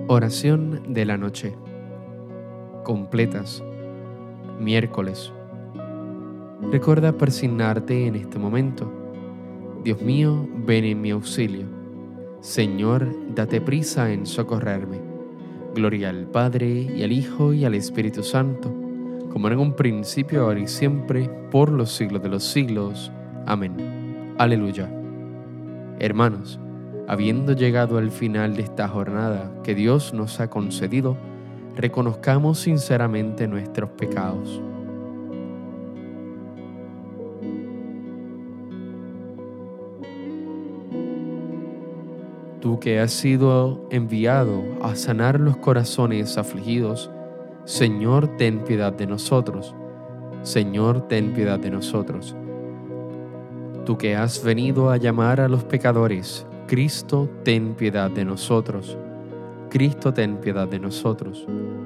Oración de la noche. Completas. Miércoles. Recuerda persignarte en este momento. Dios mío, ven en mi auxilio. Señor, date prisa en socorrerme. Gloria al Padre, y al Hijo, y al Espíritu Santo, como en un principio, ahora y siempre, por los siglos de los siglos. Amén. Aleluya. Hermanos, habiendo llegado al final de esta jornada que Dios nos ha concedido, reconozcamos sinceramente nuestros pecados. Tú que has sido enviado a sanar los corazones afligidos, Señor, ten piedad de nosotros. Señor, ten piedad de nosotros. Tú que has venido a llamar a los pecadores, Cristo, ten piedad de nosotros. Cristo, ten piedad de nosotros.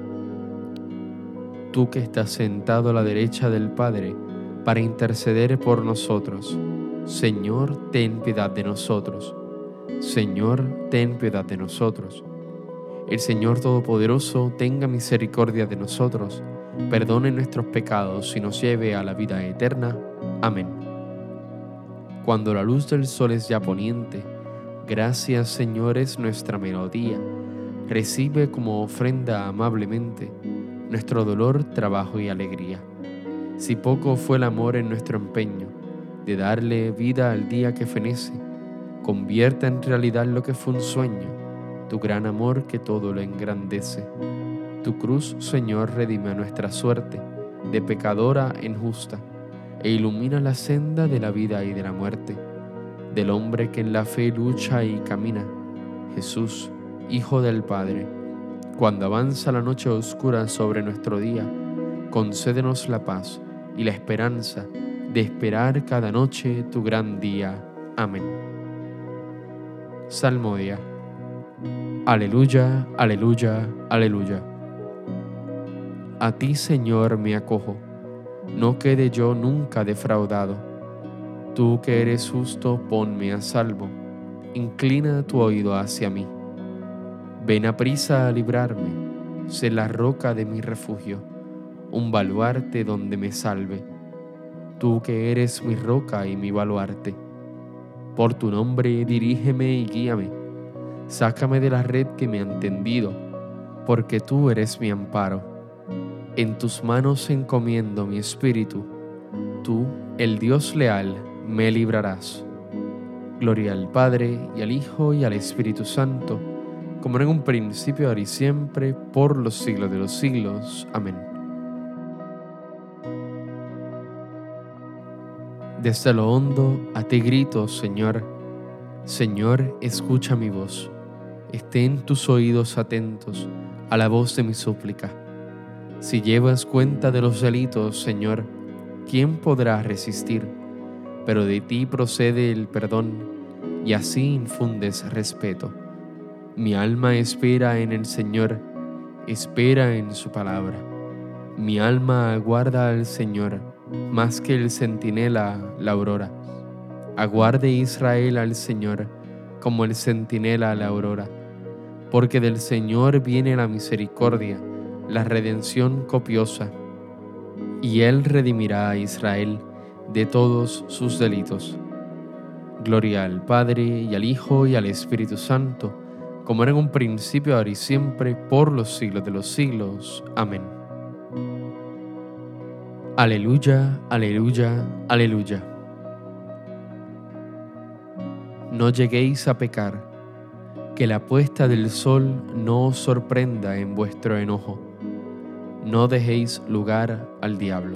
Tú que estás sentado a la derecha del Padre para interceder por nosotros, Señor, ten piedad de nosotros. Señor, ten piedad de nosotros. El Señor Todopoderoso tenga misericordia de nosotros, perdone nuestros pecados y nos lleve a la vida eterna. Amén. Cuando la luz del sol es ya poniente, gracias, Señor, es nuestra melodía. Recibe como ofrenda amablemente nuestro dolor, trabajo y alegría. Si poco fue el amor en nuestro empeño de darle vida al día que fenece, convierta en realidad lo que fue un sueño, tu gran amor que todo lo engrandece. Tu cruz, Señor, redime nuestra suerte, de pecadora en justa, e ilumina la senda de la vida y de la muerte, del hombre que en la fe lucha y camina. Jesús, Hijo del Padre, cuando avanza la noche oscura sobre nuestro día, concédenos la paz y la esperanza de esperar cada noche tu gran día. Amén. Salmodia. Aleluya, aleluya, aleluya. A ti, Señor, me acojo, no quede yo nunca defraudado. Tú que eres justo, ponme a salvo, inclina tu oído hacia mí. Ven aprisa a librarme, sé la roca de mi refugio, un baluarte donde me salve. Tú que eres mi roca y mi baluarte. Por tu nombre dirígeme y guíame, sácame de la red que me han tendido, porque tú eres mi amparo. En tus manos encomiendo mi espíritu, tú, el Dios leal, me librarás. Gloria al Padre, y al Hijo, y al Espíritu Santo, como en un principio, ahora y siempre, por los siglos de los siglos. Amén. Desde lo hondo a ti grito, Señor. Señor, escucha mi voz. Estén tus oídos atentos a la voz de mi súplica. Si llevas cuenta de los delitos, Señor, ¿quién podrá resistir? Pero de ti procede el perdón, y así infundes respeto. Mi alma espera en el Señor, espera en su palabra. Mi alma aguarda al Señor, más que el centinela la aurora. Aguarde Israel al Señor, como el centinela a la aurora. Porque del Señor viene la misericordia, la redención copiosa, y Él redimirá a Israel de todos sus delitos. Gloria al Padre, y al Hijo, y al Espíritu Santo, como era en un principio, ahora y siempre, por los siglos de los siglos. Amén. Aleluya, aleluya, aleluya. No lleguéis a pecar, que la puesta del sol no os sorprenda en vuestro enojo. No dejéis lugar al diablo.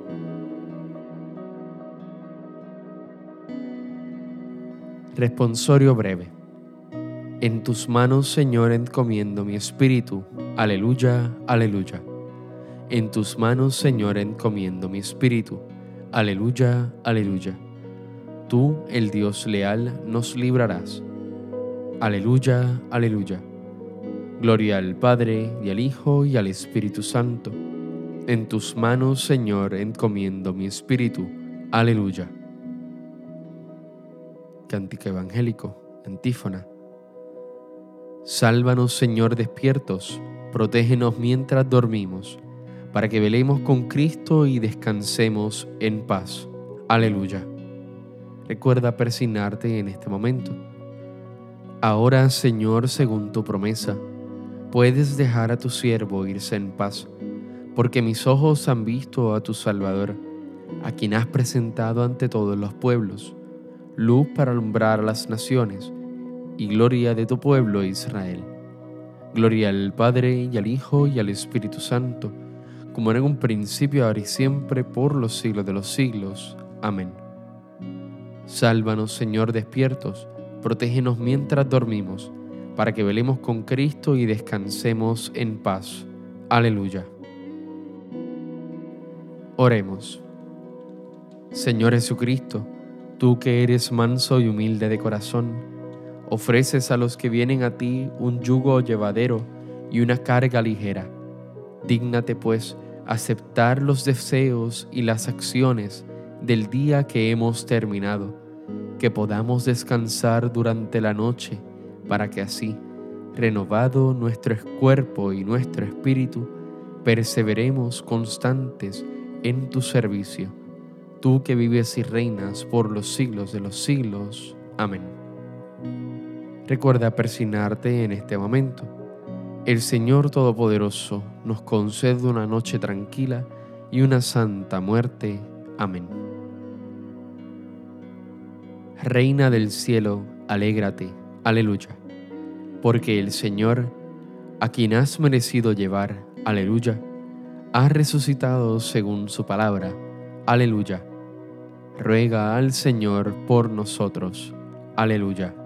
Responsorio breve. En tus manos, Señor, encomiendo mi espíritu. Aleluya, aleluya. En tus manos, Señor, encomiendo mi espíritu. Aleluya, aleluya. Tú, el Dios leal, nos librarás. Aleluya, aleluya. Gloria al Padre, y al Hijo, y al Espíritu Santo. En tus manos, Señor, encomiendo mi espíritu. Aleluya. Cántico evangélico, antífona. Sálvanos, Señor, despiertos, protégenos mientras dormimos, para que velemos con Cristo y descansemos en paz. Aleluya. Recuerda persignarte en este momento. Ahora, Señor, según tu promesa, puedes dejar a tu siervo irse en paz, porque mis ojos han visto a tu Salvador, a quien has presentado ante todos los pueblos, luz para alumbrar a las naciones y gloria de tu pueblo Israel. Gloria al Padre, y al Hijo, y al Espíritu Santo, como era en un principio, ahora y siempre, por los siglos de los siglos. Amén. Sálvanos, Señor, despiertos, protégenos mientras dormimos, para que velemos con Cristo y descansemos en paz. Aleluya. Oremos. Señor Jesucristo, tú que eres manso y humilde de corazón, ofreces a los que vienen a ti un yugo llevadero y una carga ligera. Dígnate, pues, aceptar los deseos y las acciones del día que hemos terminado, que podamos descansar durante la noche, para que así, renovado nuestro cuerpo y nuestro espíritu, perseveremos constantes en tu servicio, tú que vives y reinas por los siglos de los siglos. Amén. Recuerda persignarte en este momento. El Señor Todopoderoso nos concede una noche tranquila y una santa muerte. Amén. Reina del cielo, alégrate. Aleluya. Porque el Señor, a quien has merecido llevar, aleluya, ha resucitado según su palabra. Aleluya. Ruega al Señor por nosotros. Aleluya.